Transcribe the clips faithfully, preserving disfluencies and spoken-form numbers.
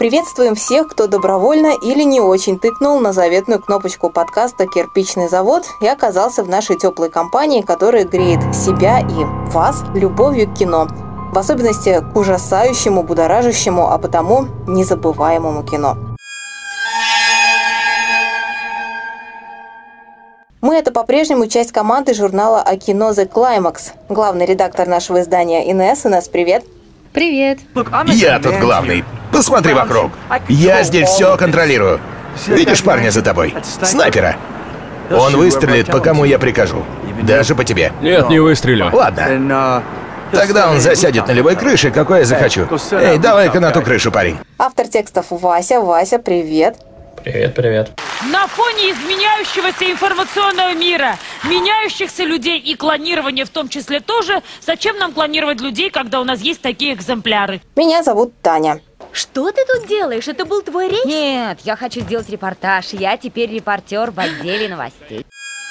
Приветствуем всех, кто добровольно или не очень тыкнул на заветную кнопочку подкаста «Кирпичный завод» и оказался в нашей теплой компании, которая греет себя и вас любовью к кино. В особенности к ужасающему, будоражащему, а потому незабываемому кино. Мы – это по-прежнему часть команды журнала о кино «The Climax». Главный редактор нашего издания Инесс. Инесс, привет. Привет. Я тут главный. Посмотри вокруг. Я здесь все контролирую. Видишь парня за тобой? Снайпера. Он выстрелит, по кому я прикажу. Даже по тебе. Нет, не выстрелю. Ладно. Тогда он засядет на любой крыше, какой я захочу. Эй, давай-ка на ту крышу, парень. Автор текстов Вася. Вася, привет. Привет, привет. На фоне изменяющегося информационного мира, меняющихся людей и клонирования в том числе тоже, зачем нам клонировать людей, когда у нас есть такие экземпляры? Меня зовут Таня. Что ты тут делаешь? Это был твой рейс? Нет, я хочу сделать репортаж. Я теперь репортер в отделе новостей.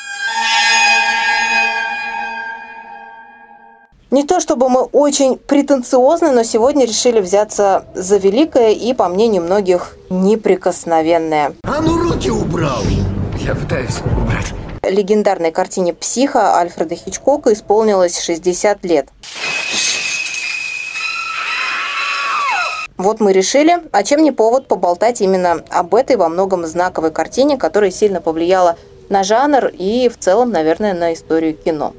Не то чтобы мы очень претенциозны, но сегодня решили взяться за великое и, по мнению многих, неприкосновенное. А ну руки убрал! Я пытаюсь убрать. Легендарной картине «Психо» Альфреда Хичкока исполнилось шестьдесят лет. Вот мы решили, а чем не повод поболтать именно об этой во многом знаковой картине, которая сильно повлияла на жанр и в целом, наверное, на историю кино.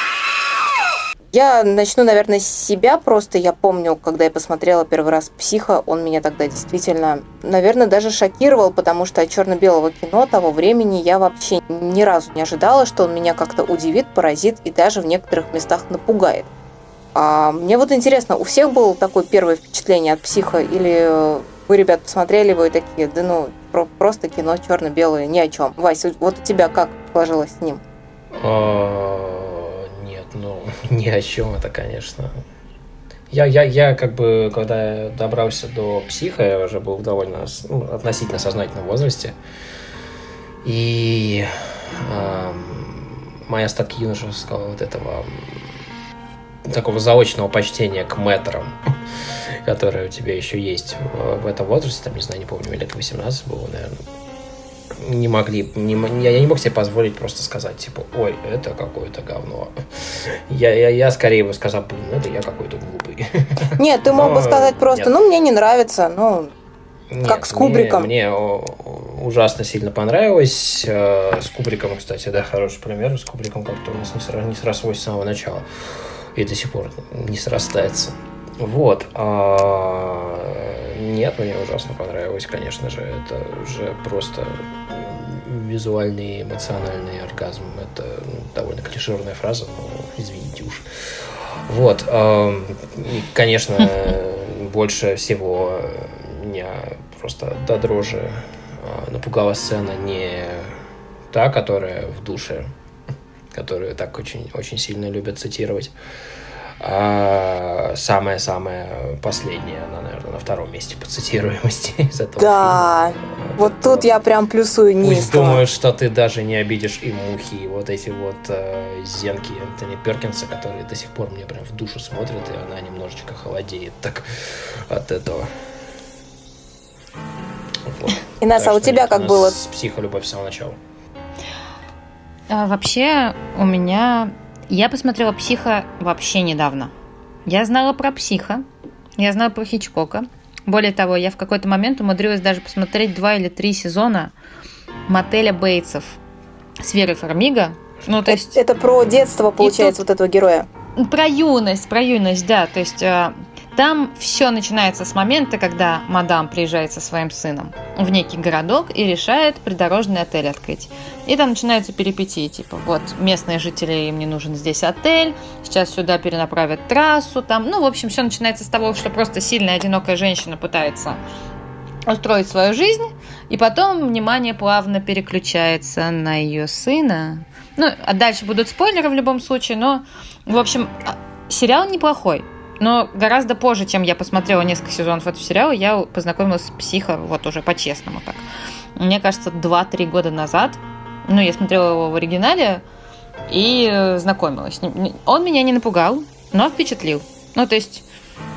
Я начну, наверное, с себя. Просто я помню, когда я посмотрела первый раз «Психо», он меня тогда действительно, наверное, даже шокировал, потому что от черно-белого кино того времени я вообще ни разу не ожидала, что он меня как-то удивит, поразит и даже в некоторых местах напугает. А мне вот интересно, у всех было такое первое впечатление от «Психо» или вы, ребят, посмотрели, вы такие, да ну, про- просто кино черно-белое, ни о чем. Вась, вот у тебя как сложилось с ним? Ну, ни о чем это, конечно. Я, я, я как бы, когда я добрался до «Психо», я уже был в довольно ну, относительно сознательном возрасте. И э, мои остатки юношеского вот этого такого заочного почтения к мэтрам, которое у тебя еще есть в, в этом возрасте, там, не знаю, не помню, лет восемнадцать было, наверное, не могли, не, я не мог себе позволить просто сказать, типа, ой, это какое-то говно. Я, я, я скорее бы сказал, блин, это я какой-то глупый. Нет, ты мог Но, бы сказать просто, нет. ну, мне не нравится, ну, нет, как с Кубриком. Мне, мне ужасно сильно понравилось. С Кубриком, кстати, да, хороший пример. С Кубриком как-то у нас не, сра- не срослось с самого начала. И до сих пор не срастается. Вот. А... Нет, мне ужасно понравилось, конечно же. Это уже просто визуальный, эмоциональный оргазм. Это ну, довольно клишированная фраза, но извините уж. Вот. И, конечно, больше всего меня просто до дрожи напугала сцена не та, которая в душе, которую так очень, очень сильно любят цитировать, а самая-самая последняя, она, наверное, на втором месте по цитируемости из этого Да, фильма. вот тут я прям плюсую Пусть неистово. думают, что ты даже не обидишь и мухи, и вот эти вот э, зенки Энтони Перкинса, которые до сих пор мне прям в душу смотрят, и она немножечко холодеет так от этого. Вот. Инесса, а у тебя как было? С «Психо-любовь» с самого начала. А, вообще, у меня... Я посмотрела «Психо» вообще недавно. Я знала про «Психо», я знала про Хичкока. Более того, я в какой-то момент умудрилась даже посмотреть два или три сезона «Мотеля Бейтсов» с Верой Фармига. Ну, то есть... Это про детство, получается, тут... вот этого героя. Про юность, про юность, да. То есть э, там все начинается с момента, когда мадам приезжает со своим сыном в некий городок и решает придорожный отель открыть. И там начинаются перипетии, типа, вот, местные жители, им не нужен здесь отель, сейчас сюда перенаправят трассу, там, ну, в общем, все начинается с того, что просто сильная одинокая женщина пытается устроить свою жизнь, и потом внимание плавно переключается на ее сына. Ну, а дальше будут спойлеры в любом случае, но, в общем, сериал неплохой. Но гораздо позже, чем я посмотрела несколько сезонов этого сериала, я познакомилась с «Психо», вот уже по-честному так. Мне кажется, два-три года назад. Ну, я смотрела его в оригинале и знакомилась с ним. Он меня не напугал, но впечатлил. Ну, то есть,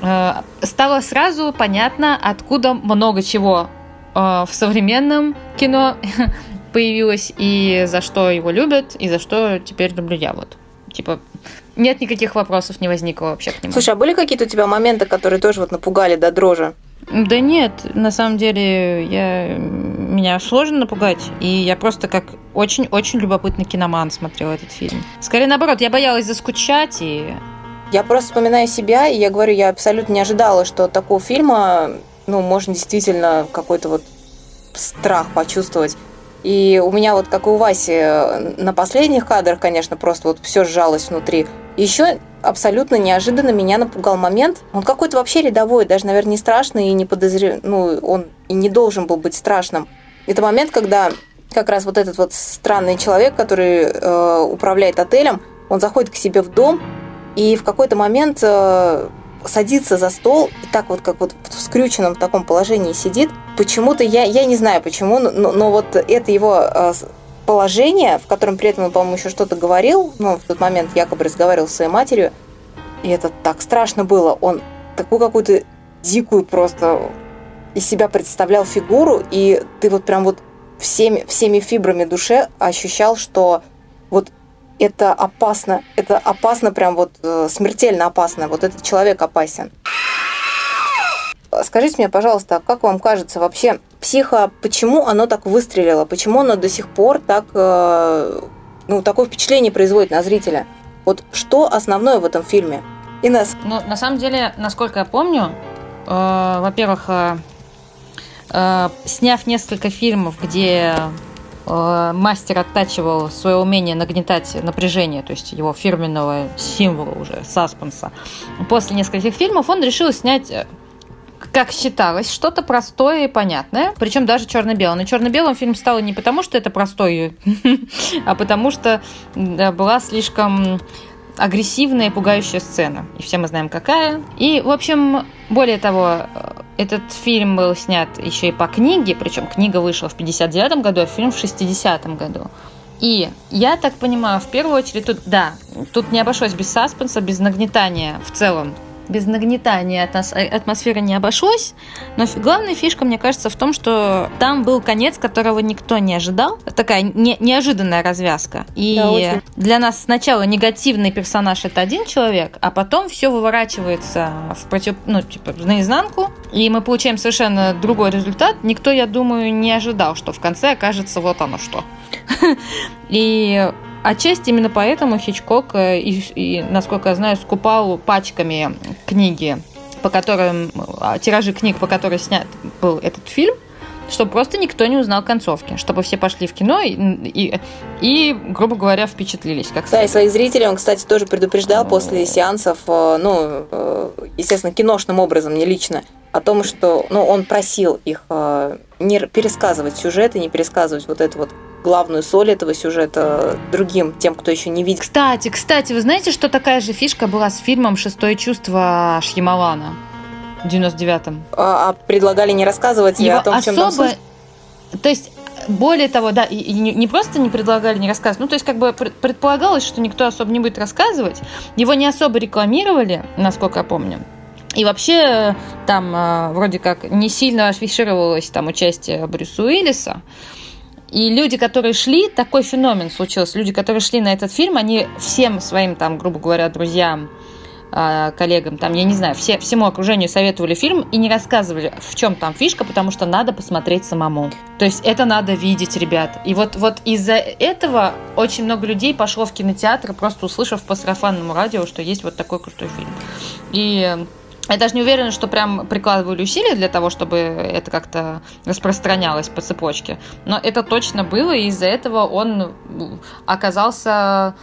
э, стало сразу понятно, откуда много чего э, в современном кино появилось, и за что его любят, и за что теперь люблю я. Вот. Типа, нет никаких вопросов, не возникло вообще к нему. Слушай, а были какие-то у тебя моменты, которые тоже вот напугали до дрожи? Да нет, на самом деле я... меня сложно напугать, и я просто как очень-очень любопытный киноман смотрела этот фильм. Скорее наоборот, я боялась заскучать и... Я просто вспоминаю себя, и я говорю, я абсолютно не ожидала, что от такого фильма, ну, можно действительно какой-то вот страх почувствовать. И у меня вот, как и у Васи, на последних кадрах, конечно, просто вот все сжалось внутри. Еще абсолютно неожиданно меня напугал момент. Он какой-то вообще рядовой, даже, наверное, не страшный и не подозрев... Ну, он и не должен был быть страшным. Это момент, когда как раз вот этот вот странный человек, который э, управляет отелем, он заходит к себе в дом и в какой-то момент э, садится за стол и так вот, как вот в скрюченном таком положении сидит. Почему-то, я, я не знаю почему, но, но вот это его э, положение, в котором при этом он, по-моему, еще что-то говорил, ну, в тот момент якобы разговаривал со своей матерью, и это так страшно было. Он такую какую-то дикую просто из себя представлял фигуру, и ты вот прям вот всеми, всеми фибрами души ощущал, что вот это опасно, это опасно, прям вот э, смертельно опасно, вот этот человек опасен. Скажите мне, пожалуйста, как вам кажется вообще, «Психо», почему оно так выстрелило, почему оно до сих пор так, э, ну, такое впечатление производит на зрителя? Вот что основное в этом фильме? Инесс? Ну, на самом деле, насколько я помню, э, во-первых, э, э, сняв несколько фильмов, где мастер оттачивал свое умение нагнетать напряжение, то есть его фирменного символа уже, саспенса. После нескольких фильмов он решил снять, как считалось, что-то простое и понятное, причем даже черно-белое. Но черно-белым фильм стало не потому, что это простой, а потому что была слишком агрессивная и пугающая сцена. И все мы знаем, какая. И, в общем, более того, этот фильм был снят еще и по книге, причем книга вышла в пятьдесят девятом году, а фильм в шестидесятом году. И я так понимаю, в первую очередь, тут, да, тут не обошлось без саспенса, без нагнетания в целом. Без нагнетания атмосферы не обошлось, но главная фишка, мне кажется, в том, что там был конец, которого никто не ожидал. Такая не, неожиданная развязка. И да, для нас сначала негативный персонаж — это один человек, а потом все выворачивается в против, ну, типа, наизнанку, и мы получаем совершенно другой результат. Никто, я думаю, не ожидал, что в конце окажется вот оно что. И... Отчасти именно поэтому Хичкок, и, и, насколько я знаю, скупал пачками книги, по которым, тиражи книг, по которым снят был этот фильм, чтобы просто никто не узнал концовки, чтобы все пошли в кино и, и, и грубо говоря, впечатлились. Как да, и своих зрителей он, кстати, тоже предупреждал после сеансов, ну, естественно, киношным образом, не лично, о том, что, ну, он просил их не пересказывать сюжет и не пересказывать вот эту вот главную соль этого сюжета другим, тем, кто еще не видит. Кстати, кстати, вы знаете, что такая же фишка была с фильмом «Шестое чувство» Шьямалана в девяносто девятом? А, а предлагали не рассказывать Его о том, в чем там суть? То есть, более того, да, и, и не, не просто не предлагали не рассказывать, ну, то есть, как бы предполагалось, что никто особо не будет рассказывать. Его не особо рекламировали, насколько я помню. И вообще там вроде как не сильно афишировалось там участие Брюса Уиллиса. И люди, которые шли, такой феномен случился. Люди, которые шли на этот фильм, они всем своим, там, грубо говоря, друзьям, коллегам, там, я не знаю, все, всему окружению советовали фильм и не рассказывали, в чем там фишка, потому что надо посмотреть самому. То есть это надо видеть, ребят. И вот, вот из-за этого очень много людей пошло в кинотеатр, просто услышав по сарафанному радио, что есть вот такой крутой фильм. И... Я даже не уверена, что прям прикладывали усилия для того, чтобы это как-то распространялось по цепочке. Но это точно было, и из-за этого он оказался...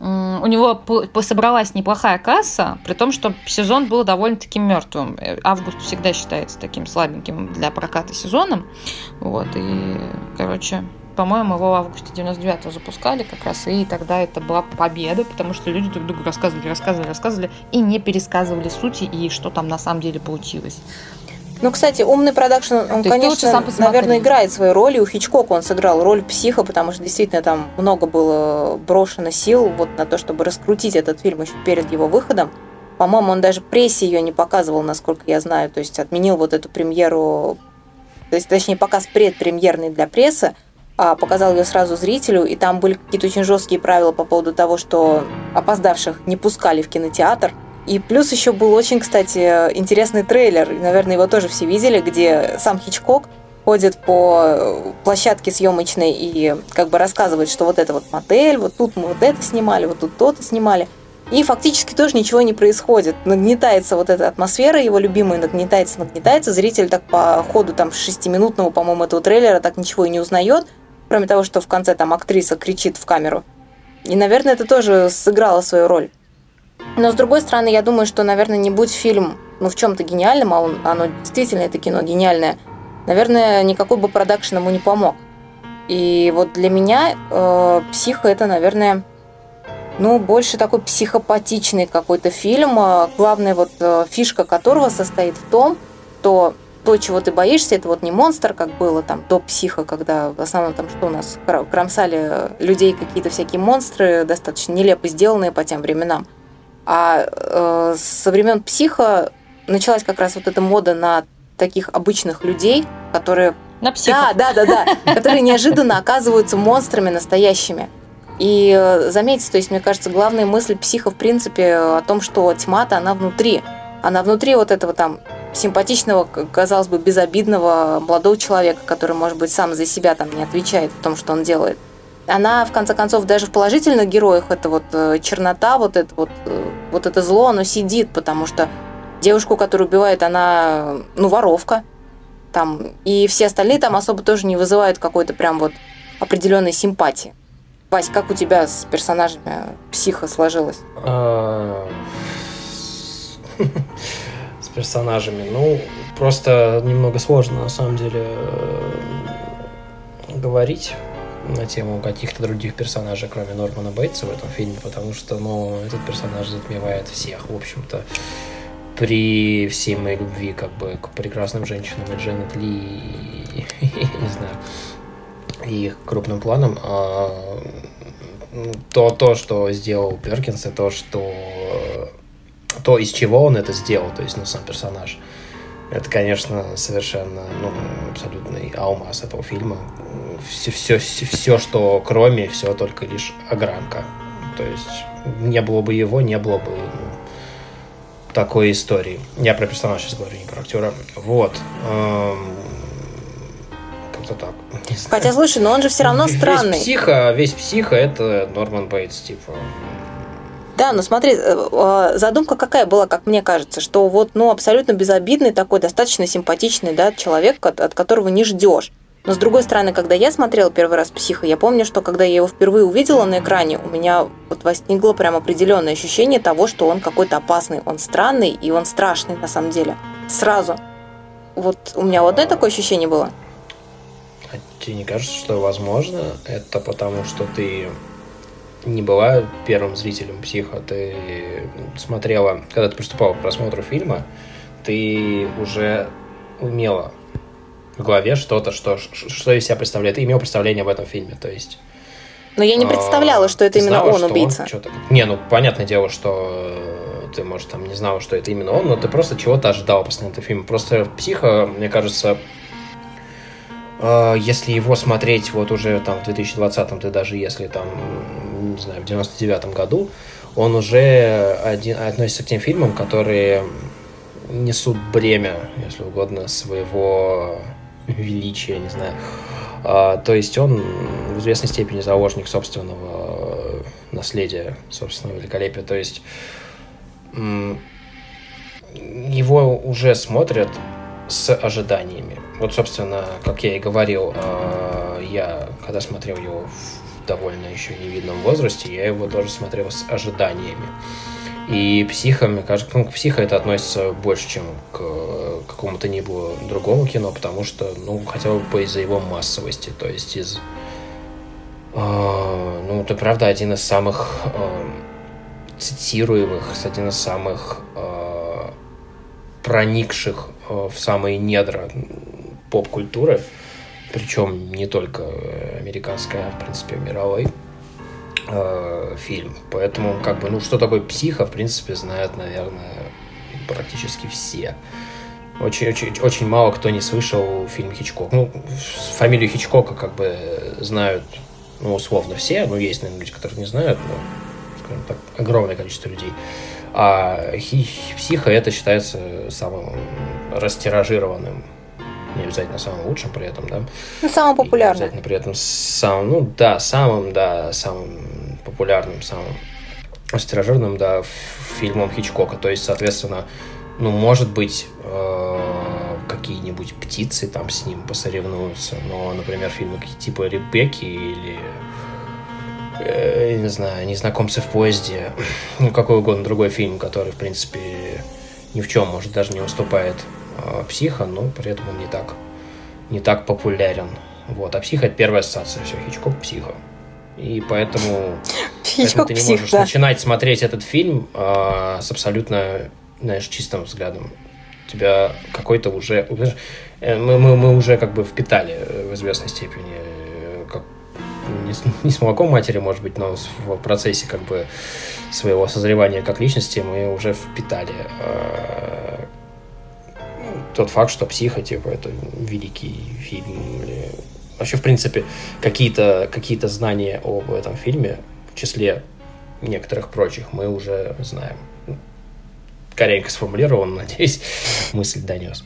У него собралась неплохая касса, при том, что сезон был довольно-таки мертвым. Август всегда считается таким слабеньким для проката сезоном. Вот, и, короче... По-моему, его в августе девяносто девятого запускали как раз, и тогда это была победа, потому что люди друг другу рассказывали, рассказывали, рассказывали, и не пересказывали сути, и что там на самом деле получилось. Ну, кстати, умный продакшн, он, конечно, наверное, играет свою роль, и у Хичкока он сыграл роль психа, потому что действительно там много было брошено сил вот на то, чтобы раскрутить этот фильм еще перед его выходом. По-моему, он даже прессе ее не показывал, насколько я знаю. То есть отменил вот эту премьеру, то есть, точнее, показ предпремьерный для прессы, а показал ее сразу зрителю, и там были какие-то очень жесткие правила по поводу того, что опоздавших не пускали в кинотеатр. И плюс еще был очень, кстати, интересный трейлер, и, наверное, его тоже все видели, где сам Хичкок ходит по площадке съемочной и как бы рассказывает, что вот это вот модель, вот тут мы вот это снимали, вот тут то-то снимали. И фактически тоже ничего не происходит. Нагнетается вот эта атмосфера, его любимая нагнетается, нагнетается. Зритель так по ходу там шестиминутного, по-моему, этого трейлера так ничего и не узнает, кроме того, что в конце там актриса кричит в камеру. И, наверное, это тоже сыграло свою роль. Но, с другой стороны, я думаю, что, наверное, не будь фильм ну, в чем-то гениальным, а он, оно действительно, это кино гениальное, наверное, никакой бы продакшн ему не помог. И вот для меня э, «Психо» — это, наверное, ну, больше такой психопатичный какой-то фильм, главная вот э, фишка которого состоит в том, что то, чего ты боишься, это вот не монстр, как было там до «Психо», когда в основном там что у нас, кромсали людей какие-то всякие монстры, достаточно нелепо сделанные по тем временам. А э, со времен «Психо» началась как раз вот эта мода на таких обычных людей, которые... На психов. Да, да, да, да, которые неожиданно оказываются монстрами настоящими. И э, заметьте, то есть, мне кажется, главная мысль «Психо» в принципе о том, что тьма-то она внутри. Она внутри вот этого там симпатичного, казалось бы, безобидного молодого человека, который, может быть, сам за себя там не отвечает в том, что он делает. Она, в конце концов, даже в положительных героях, это вот э, чернота, вот это вот, э, вот это зло, оно сидит, потому что девушку, которую убивает, она, ну, воровка. Там, и все остальные там особо тоже не вызывают какой-то прям вот определенной симпатии. Вась, как у тебя с персонажами «Психо» сложилось? С персонажами, ну, просто немного сложно, на самом деле, говорить на тему каких-то других персонажей, кроме Нормана Бейтса в этом фильме, потому что, ну, этот персонаж затмевает всех, в общем-то, при всей моей любви, как бы, к прекрасным женщинам и Дженнет Ли, и, не знаю, и их крупным планом, а, то, то, что сделал Перкинс, и то, что то, из чего он это сделал, то есть, ну, сам персонаж, это, конечно, совершенно, ну, абсолютный алмаз этого фильма. Все, все, все, все, что кроме, все только лишь огранка. То есть не было бы его, не было бы ну, такой истории. Я про персонажа сейчас говорю, не про актера. Вот. Эм, как-то так. Хотя, слушай, но он же все равно весь странный. Психо, весь «Психо» — это Норман Бейтс, типа... Да, но смотри, задумка какая была, как мне кажется, что вот, ну, абсолютно безобидный такой, достаточно симпатичный, да, человек, от, от которого не ждешь. Но, с другой стороны, когда я смотрела первый раз «Психо», я помню, что когда я его впервые увидела на экране, у меня вот возникло прям определенное ощущение того, что он какой-то опасный, он странный и он страшный на самом деле. Сразу. Вот у меня вот одно такое ощущение было. А тебе не кажется, что возможно это потому, что ты не была первым зрителем «Психо», ты смотрела, когда ты приступала к просмотру фильма, ты уже имела в голове что-то, что, что из себя представляет. Ты имел представление об этом фильме, то есть... Но я не представляла, что это именно он убийца. Не, ну, понятное дело, что ты, может, там не знала, что это именно он, но ты просто чего-то ожидала постоянно этого фильма. Просто «Психо», мне кажется... Если его смотреть вот уже там в две тысячи двадцатом, ты даже если там, не знаю, в девяносто девятом году, он уже один, относится к тем фильмам, которые несут бремя, если угодно, своего величия, не знаю. А, то есть он в известной степени заложник собственного наследия, собственного великолепия. То есть его уже смотрят с ожиданиями. Вот, собственно, как я и говорил, я, когда смотрел его в довольно еще невидном возрасте, я его тоже смотрел с ожиданиями. И «Психо», мне кажется, ну, к «Психо» это относится больше, чем к какому-то ни было другому кино, потому что, ну, хотя бы из-за его массовости, то есть из... Э, ну, это, правда, один из самых э, цитируемых, один из самых э, проникших э, в самые недра поп-культуры, причем не только американской, а, в принципе, мировой. э, фильм. Поэтому, как бы, ну, что такое «Психо», в принципе, знают, наверное, практически все. Очень, очень, очень мало кто не слышал фильм «Хичкок». Ну, фамилию Хичкока, как бы, знают, ну, условно все. Ну, есть, наверное, люди, которые не знают, но, скажем так, огромное количество людей. А «Психо» это считается самым растиражированным, не обязательно самым лучшим при этом, да? Ну, самым популярным. Не обязательно при этом самым, ну, да, самым, да, самым популярным, самым растиражированным, да, фильмом Хичкока. То есть, соответственно, ну, может быть, э, какие-нибудь птицы там с ним посоревнуются, но, например, фильмы типа «Ребекки» или... Я не знаю, «Незнакомцы в поезде», ну, какой угодно другой фильм, который, в принципе, ни в чем, может, даже не уступает э, «Психо», но при этом он не так, не так популярен. Вот. А «Психо» — это первая ассоциация. Все, Хичкок, «Психо». И поэтому, поэтому ты не можешь да. начинать смотреть этот фильм э, с абсолютно, знаешь, чистым взглядом. У тебя какой-то уже... Мы, мы, мы уже как бы впитали в известной степени... Как, Не с, не с молоком матери, может быть, но в процессе как бы своего созревания как личности мы уже впитали э, тот факт, что «Психо», типа, это великий фильм. Или... Вообще, в принципе, какие-то, какие-то знания об этом фильме, в числе некоторых прочих, мы уже знаем. Корректно сформулирован, надеюсь, мысль донес.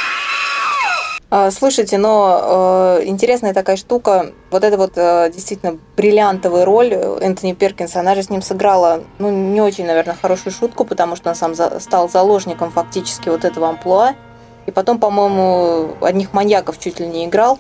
Слушайте, но э, интересная такая штука, вот эта вот э, действительно бриллиантовая роль Энтони Перкинса, она же с ним сыграла, ну, не очень, наверное, хорошую шутку, потому что он сам за, стал заложником фактически вот этого амплуа, и потом, по-моему, одних маньяков чуть ли не играл,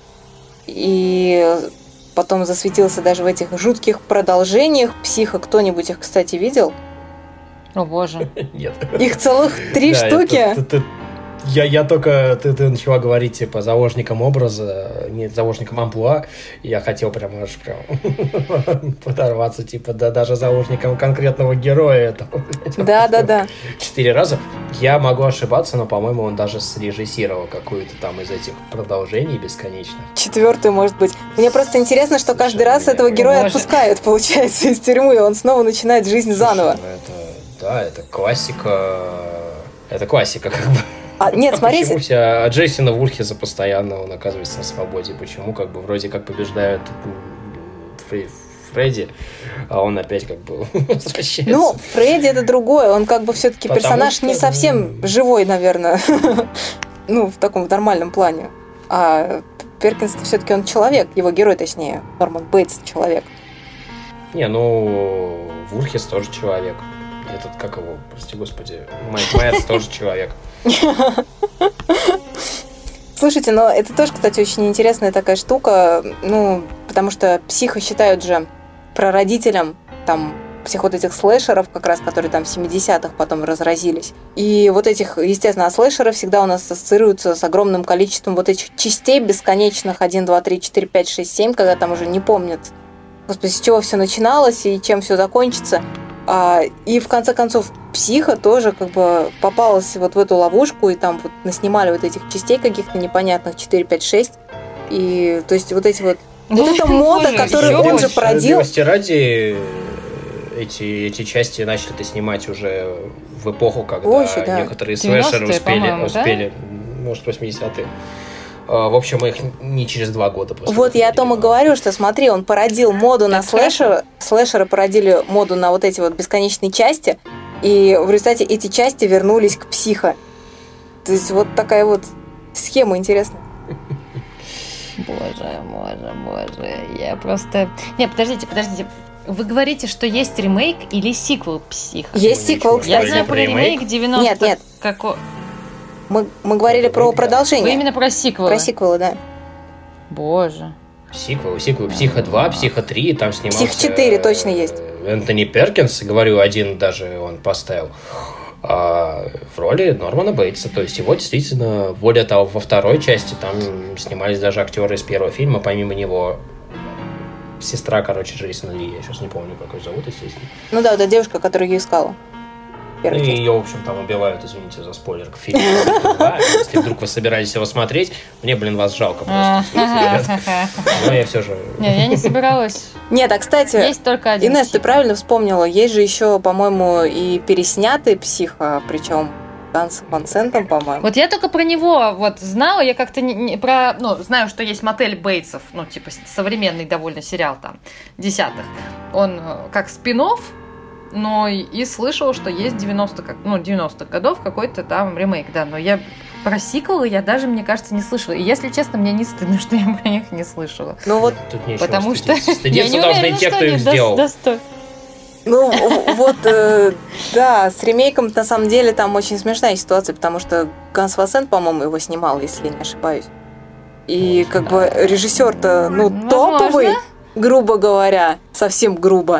и потом засветился даже в этих жутких продолжениях «Психо». Кто-нибудь их, кстати, видел? О, боже. Нет. Их целых три да, штуки. Это, это, Я, я только, ты, ты начала говорить, типа, заложником образа, не заложником амплуа, и я хотел прям аж прям подорваться, типа, да, даже заложником конкретного героя. Это, да, да, да. Четыре раза. Я могу ошибаться, но, по-моему, он даже срежиссировал какую-то там из этих продолжений бесконечных. Четвертую, может быть. Мне просто интересно, что каждый раз этого героя Может. отпускают, получается, из тюрьмы, и он снова начинает жизнь заново. Это, да, это классика. Это классика, как бы. А, нет, смотрите. Почему вся Джейсона Вурхеза постоянно он оказывается на свободе? Почему как бы вроде как побеждают Фрей, Фредди, а он опять как бы возвращается? Ну, Фредди это другое. Он как бы все-таки персонаж что... не совсем живой, наверное. Ну, в таком нормальном плане. А Перкинс все-таки он человек, его герой, точнее, Норман Бейтс человек. Не, ну, Вурхез тоже человек. Этот, как его, прости господи, Майк Майерс тоже человек. Слушайте, но это тоже, кстати, очень интересная такая штука, ну, потому что «Психо» считают же прародителем там всех вот этих слэшеров, как раз, которые там в семидесятых потом разразились. И вот этих, естественно, слэшеры всегда у нас ассоциируются с огромным количеством вот этих частей бесконечных один, два, три, четыре, пять, шесть, семь, когда там уже не помнят, господи, с чего все начиналось и чем все закончится. А, и в конце концов «Психо» тоже как бы попалась вот в эту ловушку, и там вот наснимали вот этих частей каких-то непонятных четыре, пять, шесть. И то есть вот эти вот... Вот эта мода, которую он же породил... ради эти, эти части начали-то снимать уже в эпоху, когда Ой, да. некоторые слэшеры успели, успели да? может, восьмидесятые. В общем, их не через два года после. Вот я о том и говорю, что смотри, он породил моду на слэшеры, слэшеры породили моду на вот эти вот бесконечные части, и в результате эти части вернулись к «Психо». То есть вот такая вот схема интересная. Боже, боже, боже, я просто... Не, подождите, подождите. Вы говорите, что есть ремейк или сиквел «Психо»? Есть сиквел, кстати. Я знаю про ремейк девяностых. Нет, нет. Како... Мы, мы говорили про продолжение. Вы именно про сиквелы? Про сиквелы, да. Боже. Сиквел, сиквел, «Психо два», «Психо три», там снимался... «Психо четыре» точно есть. Энтони Перкинс, говорю, один даже он поставил. А в роли Нормана Бейтса. То есть его действительно, более того, во второй части там снимались даже актеры из первого фильма, помимо него сестра, короче, Джейсона Ли. Я сейчас не помню, как ее зовут, естественно. Ну да, вот эта девушка, которая ее искала. первой Ну, и части. ее, в общем, там убивают, извините за спойлер, к фильму. Да, если вдруг вы собирались его смотреть, мне, блин, вас жалко просто. Но я все же... Не, я не собиралась. Нет, а кстати, Есть только один. Инесс, ты псих. правильно вспомнила, есть же еще, по-моему, и переснятый «Психо», причем Ганс Ван Сентом, по-моему. Вот я только про него вот знала, я как-то не, не про, ну, знаю, что есть «Мотель Бейтсов», ну, типа современный довольно сериал там, десятых. Он э, как спин-офф, но и, и слышала, что есть девяностых, как- ну, девяностых годов какой-то там ремейк, да, но я про сиквелы я даже, мне кажется, не слышала. И, если честно, мне не стыдно, что я про них не слышала. Ну вот, Тут нечего Потому что стыдиться. я Стыдиться не должны уверена, те, что кто их они дос- сделал. достойны. ну в- вот, э, да, с ремейком на самом деле там очень смешная ситуация, потому что Ганс Ван Сент, по-моему, его снимал, если я не ошибаюсь. И как бы режиссер-то, ну, Возможно. топовый, грубо говоря, совсем грубо,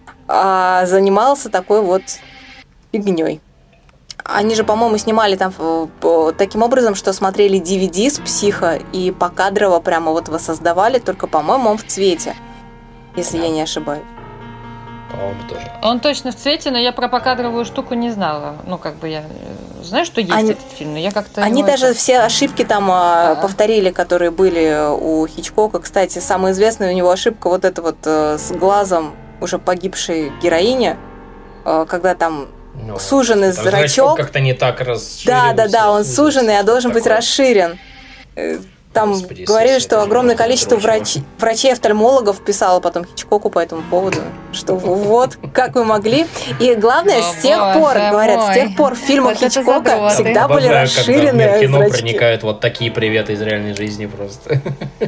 а занимался такой вот фигней. Они же, по-моему, снимали там э, по- таким образом, что смотрели ди ви ди с «Психо» и покадрово прямо вот воссоздавали, только, по-моему, он в цвете, если я не ошибаюсь. По-моему, тоже. Он точно в цвете, но я про покадровую штуку не знала. Ну, как бы я э, знаю, что есть Они- этот фильм, но я как-то... Они его даже это- все ошибки там а, Да. повторили, которые были у Хичкока. Кстати, самая известная у него ошибка вот эта вот э, с глазом уже погибшей героини, э, когда там Ну, суженный там зрачок. как-то не так расширился. Да, да, да, он сузился, суженный, а что-то должен быть такое. расширен. Э, Там Господи, говорили, Иисусе, что это же огромное просто количество дрочево. врач... врачей-офтальмологов писало потом Хичкоку по этому поводу, что вот, как вы могли. И главное, О, с тех боже пор, говорят, с мой. тех пор в фильмах Вот это Хичкока задроты. всегда были Обожаю, когда в мир расширенные кино зрачки. проникают вот такие приветы из реальной жизни просто.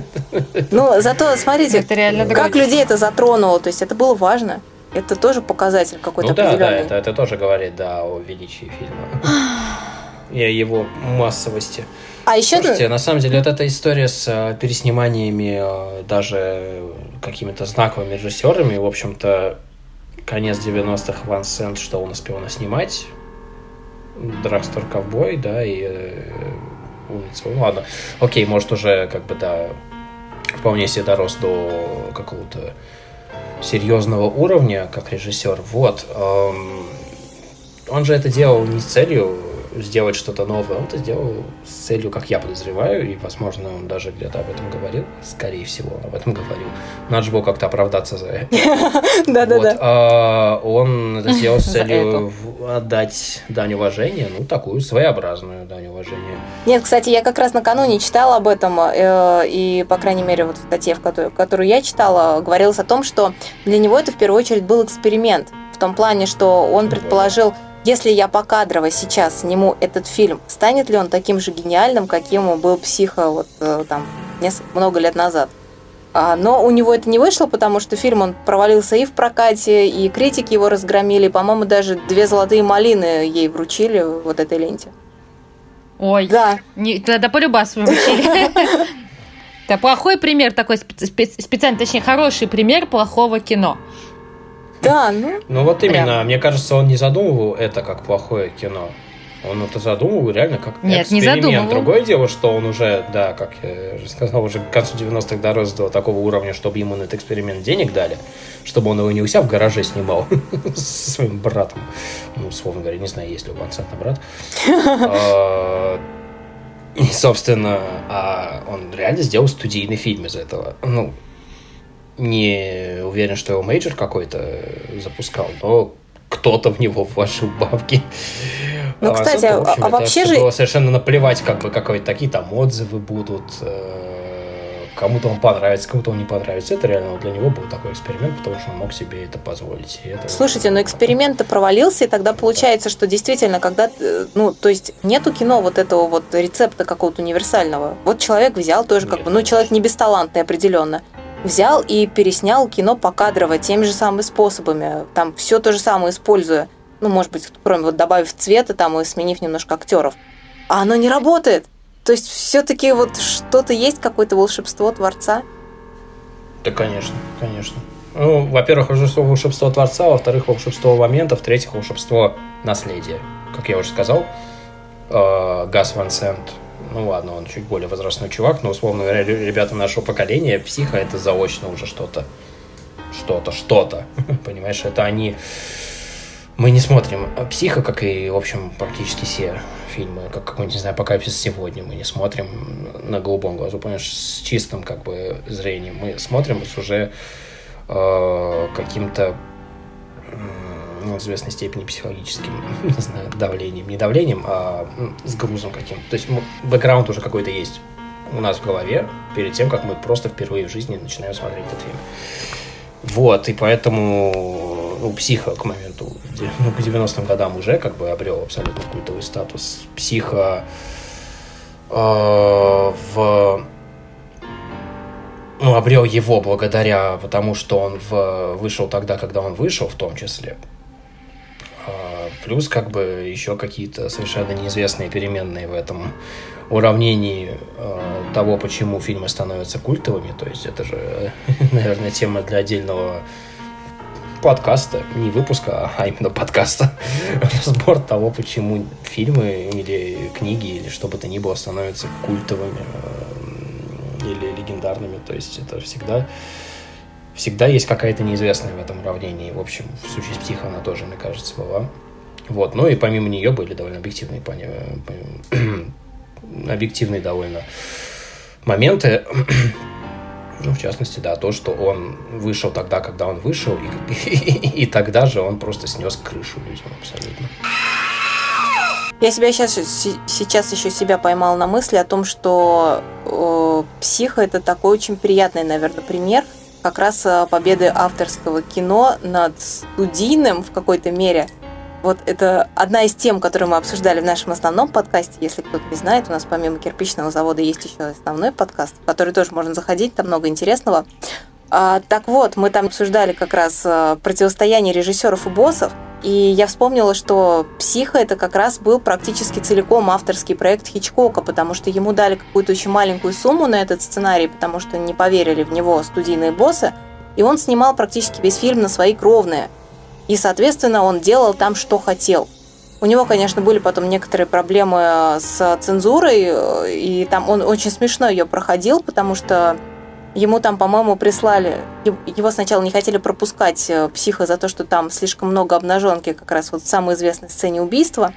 Ну, зато, смотрите, Это реально как дрочь. людей это затронуло, то есть это было важно. Это тоже показатель какой-то Ну да, да, определенный. это, это тоже говорит, да, о величии фильма. И о его массовости. А еще... Слушайте, на самом деле, вот эта история с э, пересниманиями э, даже какими-то знаковыми режиссерами, в общем-то, конец девяностых, Ван Сент, что он успел наснимать, Драгстор Ковбой, да, и э, улица, ну ладно, окей, может уже, как бы, да, вполне себе дорос до какого-то серьезного уровня, как режиссер, вот. эм, он же это делал не с целью сделать что-то новое, он это сделал с целью, как я подозреваю, и, возможно, он даже где-то об этом говорил, скорее всего, он об этом говорил. Надо же было как-то оправдаться за это. Да-да-да. Вот, а, он это сделал с За целью в- отдать дань уважения, ну, такую своеобразную дань уважения. Нет, кстати, я как раз накануне читала об этом, э, и, по крайней мере, вот в статье, в которую, которую я читала, говорилось о том, что для него это в первую очередь был эксперимент. В том плане, что он предположил, если я покадрово сейчас сниму этот фильм, станет ли он таким же гениальным, каким он был «Психо» вот э, там несколько, много лет назад. А, но у него это не вышло, потому что фильм он провалился и в прокате, и критики его разгромили. По-моему, даже две золотые малины ей вручили вот этой ленте. Ой, Да. не, тогда полюбасу вручили. Это плохой пример такой, спе- спе- специально, точнее, хороший пример плохого кино. Да, ну, Ну вот именно, Прям. мне кажется, он не задумывал это как плохое кино. Он это задумывал реально как Нет, не эксперимент. задумывал. Другое дело, что он уже, да, как я уже сказал, уже к концу девяностых дорос до такого уровня, чтобы ему на этот эксперимент денег дали, чтобы он его не у себя в гараже снимал со своим братом. Ну, условно говоря, не знаю, есть ли у Ван Сента брат. А, И, собственно, а он реально сделал студийный фильм из этого. Ну, не уверен, что его мейджор какой-то запускал, но кто-то в него вложил бабки. Ну, кстати, Сэмпу, в общем, а это вообще всё же- было совершенно наплевать, как бы, какие такие там отзывы будут, э, кому-то он понравится, кому-то он не понравится. Это реально для него был такой эксперимент, потому что он мог себе это позволить. И это слушайте, но эксперимент-то провалился, и тогда получается, что действительно, когда, э, ну, то есть нету кино вот этого вот рецепта какого-то универсального. Вот человек взял тоже, как Нет, бы, ну, человек конечно. не бесталантный определенно, взял и переснял кино покадрово теми же самыми способами, там все то же самое используя, ну, может быть, кроме вот добавив цвета там и сменив немножко актеров. А оно не работает. То есть все-таки вот что-то есть, какое-то волшебство Творца. Да, конечно, конечно. Ну, во-первых, волшебство, волшебство Творца, во-вторых, волшебство момента, в-третьих, волшебство наследия. Как я уже сказал, э, Гас Ван Сент, ну ладно, он чуть более возрастной чувак, но, условно говоря, ре- ребята нашего поколения, «Психо» — это заочно уже что-то, что-то, что-то, понимаешь, это они Мы не смотрим «Психо», как и, в общем, практически все фильмы, как какой-нибудь, не знаю, «Апокалипсис сегодня». Мы не смотрим на голубом глазу, понимаешь, с чистым как бы зрением. Мы смотрим с уже э, каким-то, ну, в известной степени психологическим, не знаю, давлением. Не давлением, а ну, с грузом каким-то. То есть бэкграунд уже какой-то есть у нас в голове перед тем, как мы просто впервые в жизни начинаем смотреть этот фильм. Вот, и поэтому ну, «Психо» к моменту, ну, к девяностым годам уже как бы обрел абсолютно культовый статус. «Психо» э, в... ну, обрел его благодаря, потому что он в... вышел тогда, когда он вышел, в том числе. Э, плюс как бы еще какие-то совершенно неизвестные переменные в этом уравнении э, того, почему фильмы становятся культовыми. То есть это же, наверное, тема для отдельного подкаста, не выпуска, а именно подкаста. Разбор того, почему фильмы или книги, или что бы то ни было, становятся культовыми э, или легендарными. То есть это всегда, всегда есть какая-то неизвестная в этом уравнении. В общем, в случае с «Психо» она тоже, мне кажется, была. Вот. Ну и помимо нее были довольно объективные объективные довольно моменты. Ну, в частности, да, то, что он вышел тогда, когда он вышел, и, и, и тогда же он просто снес крышу людям абсолютно. Я себя сейчас, сейчас еще себя поймала на мысли о том, что э, «Психо» — это такой очень приятный, наверное, пример как раз победы авторского кино над студийным в какой-то мере. Вот это одна из тем, которую мы обсуждали в нашем основном подкасте. Если кто-то не знает, у нас помимо «Кирпичного завода» есть еще основной подкаст, в который тоже можно заходить, там много интересного. А, так вот, мы там обсуждали как раз противостояние режиссеров и боссов, и я вспомнила, что «Психо» это как раз был практически целиком авторский проект Хичкока, потому что ему дали какую-то очень маленькую сумму на этот сценарий, потому что не поверили в него студийные боссы, и он снимал практически весь фильм на свои кровные. И, соответственно, он делал там, что хотел. У него, конечно, были потом некоторые проблемы с цензурой, и там он очень смешно ее проходил, потому что ему там, по-моему, прислали... Его сначала не хотели пропускать «Психо» за то, что там слишком много обнаженки, как раз вот в самой известной сцене убийства.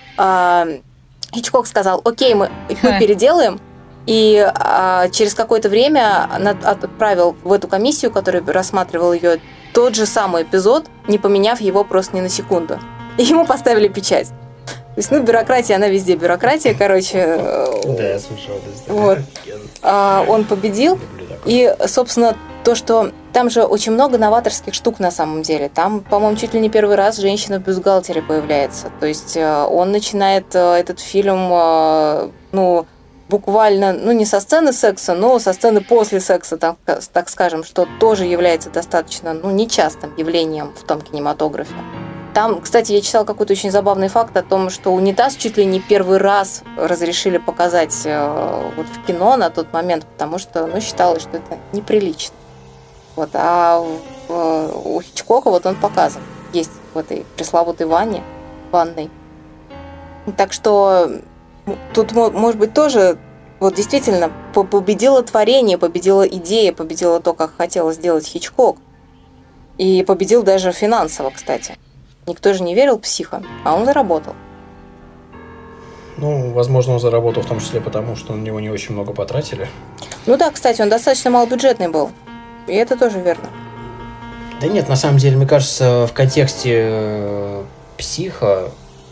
Хичкок сказал: окей, мы, мы переделаем. И через какое-то время отправил в эту комиссию, которая рассматривала ее, тот же самый эпизод, не поменяв его просто ни на секунду. И ему поставили печать. То есть, ну, бюрократия, она везде бюрократия, короче. Да, я слышал. Вот. Он победил. И, собственно, то, что там же очень много новаторских штук на самом деле. Там, по-моему, чуть ли не первый раз женщина в бюстгальтере появляется. То есть он начинает этот фильм, ну, буквально, ну, не со сцены секса, но со сцены после секса, так, так скажем, что тоже является достаточно, ну, нечастым явлением в том кинематографе. Там, кстати, я читала какой-то очень забавный факт о том, что унитаз чуть ли не первый раз разрешили показать э, вот в кино на тот момент, потому что, ну, считалось, что это неприлично. Вот, а э, у Хичкока вот он показан. Есть в этой пресловутой ванне, ванной. Так что тут, может быть, тоже вот действительно победило творение, победила идея, победило то, как хотел сделать Хичкок. И победил даже финансово, кстати. Никто же не верил в «Психо», а он заработал. Ну, возможно, он заработал в том числе потому, что на него не очень много потратили. Ну да, кстати, он достаточно малобюджетный был. И это тоже верно. Да нет, на самом деле, мне кажется, в контексте «Психо»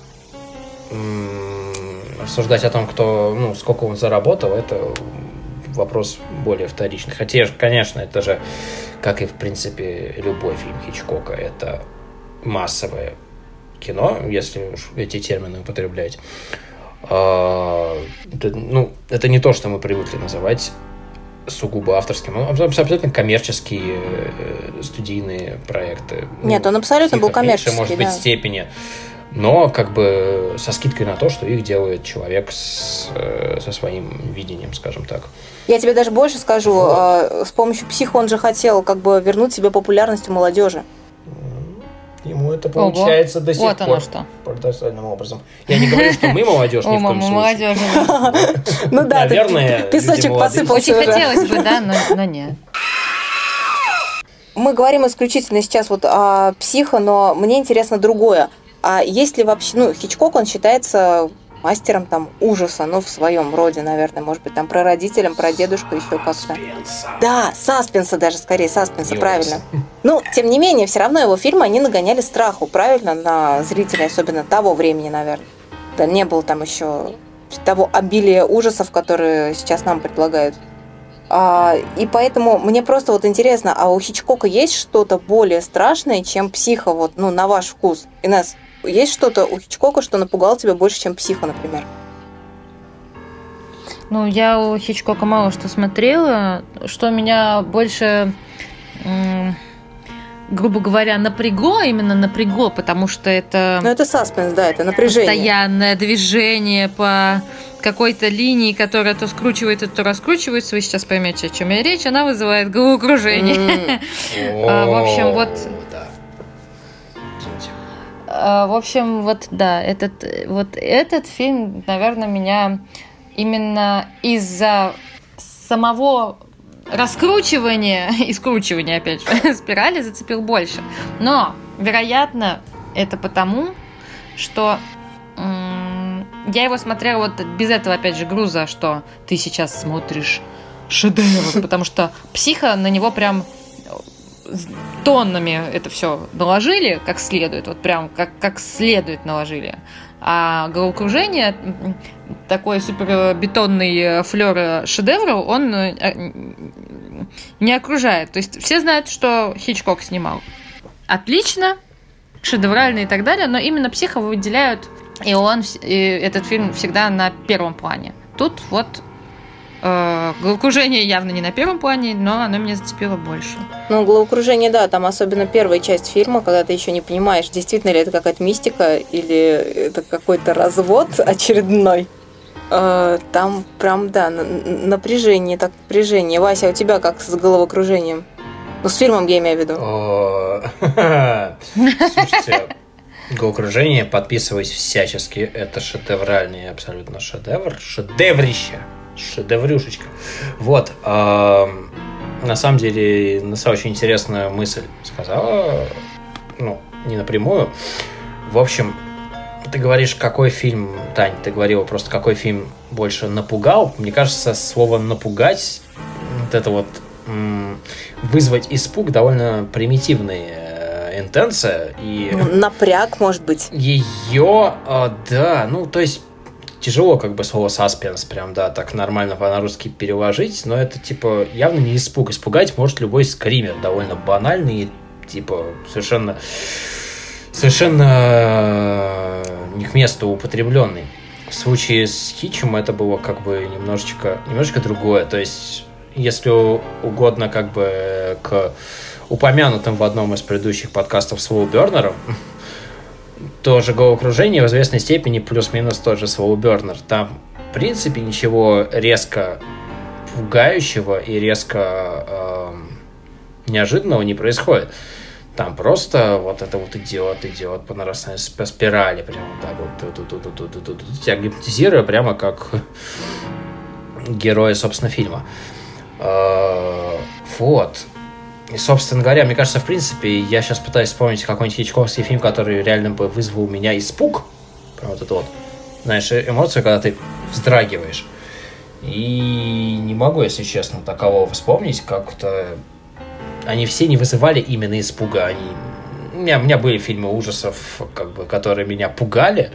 рассуждать о том, кто, ну, сколько он заработал, это вопрос более вторичный. Хотя, конечно, это же, как и, в принципе, любой фильм Хичкока, это массовое кино, если уж эти термины употреблять. Это, ну, это не то, что мы привыкли называть сугубо авторским. Абсолютно коммерческие студийные проекты. Нет, он абсолютно был коммерческий, может быть, да. степени. Но как бы со скидкой на то, что их делает человек с, со своим видением, скажем так. Я тебе даже больше скажу. Вот. С помощью «Психо» он же хотел как бы вернуть себе популярность у молодежи. Ему это получается Ого. До сих вот пор. Вот оно что. Парадоксальным образом. Я не говорю, что мы молодежь ни в коем случае. Ну да, наверное, песочек посыпался. Очень хотелось бы, да, но нет. мы говорим исключительно сейчас вот о «Психо», но мне интересно другое. А есть ли вообще... Ну, Хичкок, он считается мастером там ужаса, ну, в своем роде, наверное, может быть, там прародителем, прадедушкой, еще как-то. Саспенса. Да, саспенса даже, скорее, саспенса, Ужас. Правильно. Ну, тем не менее, все равно его фильмы, они нагоняли страху, правильно, на зрителей, особенно того времени, наверное. Да, не было там еще того обилия ужасов, которые сейчас нам предлагают. А, и поэтому мне просто вот интересно, а у Хичкока есть что-то более страшное, чем «Психо», вот, ну, на ваш вкус? Инесс, есть что-то у Хичкока, что напугало тебя больше, чем «Психо», например? Ну, я у Хичкока мало что смотрела. Что меня больше, м- грубо говоря, напрягло, именно напрягло, потому что это... Ну, это саспенс, да, это напряжение. Постоянное движение по какой-то линии, которая то скручивает, то раскручивается. Вы сейчас поймете, о чем я речь. Она вызывает головокружение. Mm. В общем, вот... Да. В общем, вот, да, этот, вот этот фильм, наверное, меня именно из-за самого раскручивания и скручивания, опять же, спирали зацепил больше. Но, вероятно, это потому, что м- я его смотрела вот без этого, опять же, груза, что ты сейчас смотришь шедевр, потому что «Психо» на него прям тоннами это все наложили как следует, вот прям как, как следует наложили. А головокружение, такой супербетонный флёр шедевра, он не окружает. То есть все знают, что Хичкок снимал. Отлично, шедеврально и так далее, но именно «Психо» выделяют, и он, и этот фильм всегда на первом плане. Тут вот э, головокружение явно не на первом плане, но оно меня зацепило больше. Ну, головокружение, да, там особенно первая часть фильма, когда ты еще не понимаешь, действительно ли это какая-то мистика или это какой-то развод очередной. Там прям, да, напряжение, так напряжение. Вася, у тебя как с головокружением? Ну, с фильмом я имею в виду. Слушайте, головокружение, подписываюсь всячески. Это шедевральный абсолютно шедевр. Шедеврище. Шедеврюшечка. Вот. На самом деле, Несса очень интересную мысль сказала. Ну, не напрямую. В общем, ты говоришь, какой фильм, Тань, ты говорила просто, какой фильм больше напугал. Мне кажется, слово «напугать», вот это вот м- вызвать испуг, довольно примитивная э, интенция. И напряг, может быть. Ее, э, да, ну, то есть тяжело как бы слово «саспенс» прям, да, так нормально по-русски переложить, но это, типа, явно не испуг. Испугать может любой скример, довольно банальный, типа, совершенно... совершенно не к месту употребленный. В случае с Хичем это было как бы немножечко, немножечко другое. То есть, если угодно как бы к упомянутым в одном из предыдущих подкастов Слоу Бернером, тоже головокружение в известной степени плюс-минус тот же Слоу Бернер. Там, в принципе, ничего резко пугающего и резко э, неожиданного не происходит. Там просто вот это вот идет, идет по нарастанной спирали, прям вот так вот, тебя гипнотизируя, прямо как герои, собственно, фильма. Вот. И, собственно говоря, мне кажется, в принципе, я сейчас пытаюсь вспомнить какой-нибудь хичкоковский фильм, который реально бы вызвал у меня испуг. Прям вот это вот, знаешь, эмоцию, когда ты вздрагиваешь. И не могу, если честно, такового вспомнить, как-то... Они все не вызывали именно испуга. Они... У меня, у меня были фильмы ужасов, как бы, которые меня пугали.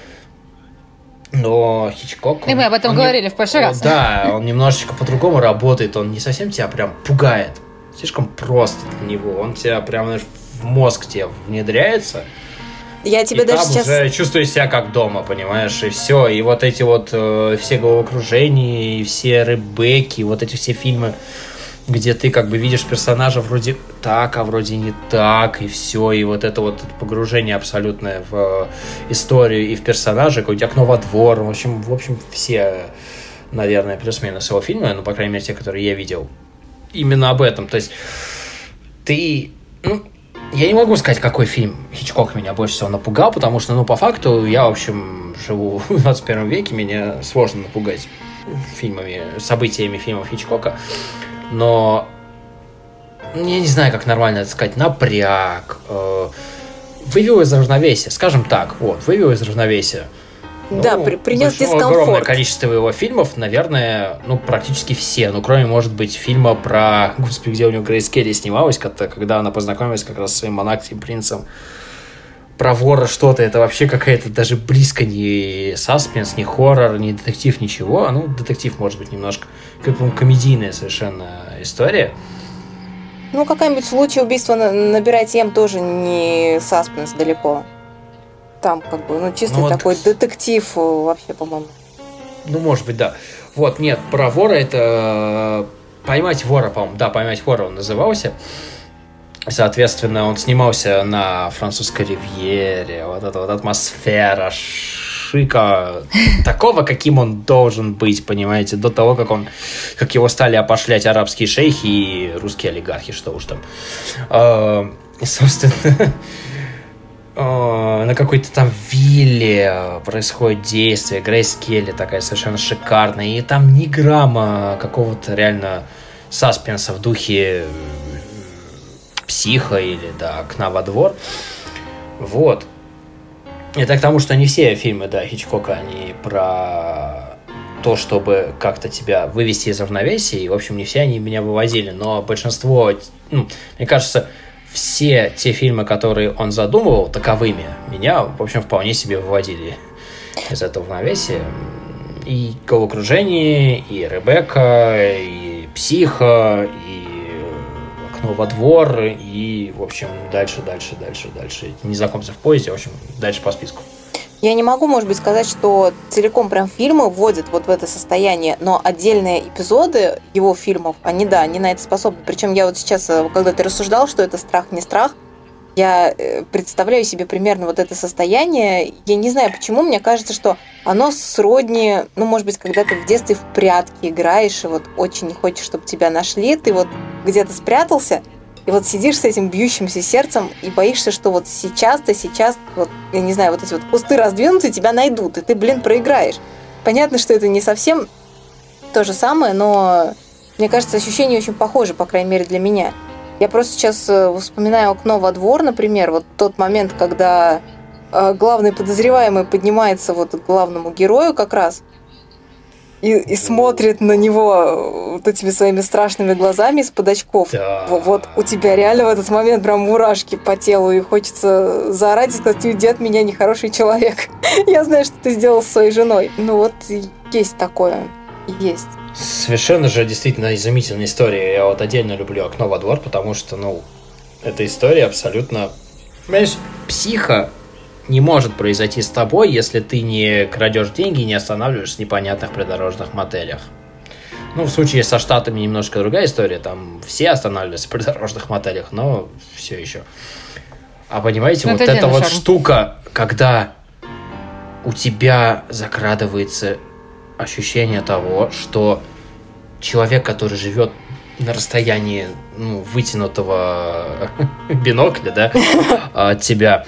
Но Хичкок... И он, мы об этом говорили не... в прошлый раз. Да, он немножечко по-другому работает. Он не совсем тебя прям пугает. Слишком просто для него. Он тебя прям, знаешь, в мозг тебе внедряется. Я тебе и даже там сейчас... уже чувствуешь себя как дома, понимаешь? И все. И вот эти вот э, все головокружения, и все Ребекки, вот эти все фильмы, где ты как бы видишь персонажа вроде так, а вроде не так, и все, и вот это вот погружение абсолютное в историю и в персонажа, какой-то окно во двор, в общем, в общем, все, наверное, плюс-минус его фильмы, ну, по крайней мере, те, которые я видел, именно об этом, то есть ты, ну, я не могу сказать, какой фильм Хичкок меня больше всего напугал, потому что, ну, по факту, я, в общем, живу в двадцать первом веке, меня сложно напугать фильмами, событиями фильмов Хичкока. Но я не знаю, как нормально это сказать, напряг, э, вывел из равновесия, скажем так, вот, вывел из равновесия. Да, ну, при, принес дискомфорт. Огромное количество его фильмов, наверное, ну, практически все. Ну, кроме, может быть, фильма про... Господи, где у него Грейс Келли снималась, когда она познакомилась как раз с своим монархским принцем. Про вора что-то. Это вообще какая-то даже близко не саспенс, не хоррор, не детектив, ничего. Ну, детектив, может быть, немножко как бы комедийная совершенно история. Ну, какая-нибудь случай убийства на, на Бюро-Тем тоже не саспенс далеко. Там как бы, ну, чистый ну, такой вот... детектив вообще, по-моему. Ну, может быть, да. Вот, нет, про вора это... «Поймать вора», по-моему. Да, «Поймать вора» он назывался. Соответственно, он снимался на французской ривьере. Вот эта вот атмосфера шика. Такого, каким он должен быть, понимаете, до того, как он... Как его стали опошлять арабские шейхи и русские олигархи, что уж там. И, собственно... на какой-то там вилле происходит действие. Грейс Келли такая совершенно шикарная. И там ни грамма какого-то реально саспенса в духе «Психа» или да, «Окна во двор». Вот. Это к тому, что не все фильмы, да, Хичкока, они про то, чтобы как-то тебя вывести из равновесия. И, в общем, не все они меня вывозили. Но большинство, ну, мне кажется... Все те фильмы, которые он задумывал таковыми, меня, в общем, вполне себе выводили из этого равновесия. И «Головокружение», и «Ребекка», и «Психа», и «Окно во двор», и, в общем, дальше, дальше, дальше, дальше. «Незнакомцы в поезде», в общем, дальше по списку. Я не могу, может быть, сказать, что целиком прям фильмы вводят вот в это состояние, но отдельные эпизоды его фильмов, они, да, они на это способны. Причем я вот сейчас, когда ты рассуждал, что это страх, не страх, я представляю себе примерно вот это состояние. Я не знаю, почему, мне кажется, что оно сродни, ну, может быть, когда ты в детстве в прятки играешь, и вот очень не хочешь, чтобы тебя нашли, ты вот где-то спрятался, и вот сидишь с этим бьющимся сердцем и боишься, что вот сейчас-то, сейчас, вот, я не знаю, вот эти вот кусты раздвинутся, и тебя найдут, и ты, блин, проиграешь. Понятно, что это не совсем то же самое, но мне кажется, ощущения очень похожи, по крайней мере, для меня. Я просто сейчас вспоминаю «Окно во двор», например, вот тот момент, когда главный подозреваемый поднимается вот к главному герою как раз, И, и смотрит на него вот этими своими страшными глазами из-под очков. Да. Вот у тебя реально в этот момент прям мурашки по телу, и хочется заорать и сказать: уйди от меня, нехороший человек. Я знаю, что ты сделал с своей женой. Ну вот есть такое. Есть. Совершенно же действительно изумительная история. Я вот отдельно люблю «Окно во двор», потому что, ну, эта история абсолютно... Понимаешь, «Психа» не может произойти с тобой, если ты не крадешь деньги и не останавливаешься в непонятных придорожных мотелях. Ну, в случае со Штатами немножко другая история. Там все останавливаются в придорожных мотелях, но все еще. А понимаете, но вот эта вот шарм. штука, когда у тебя закрадывается ощущение того, что человек, который живет на расстоянии, ну, вытянутого бинокля, да, от тебя,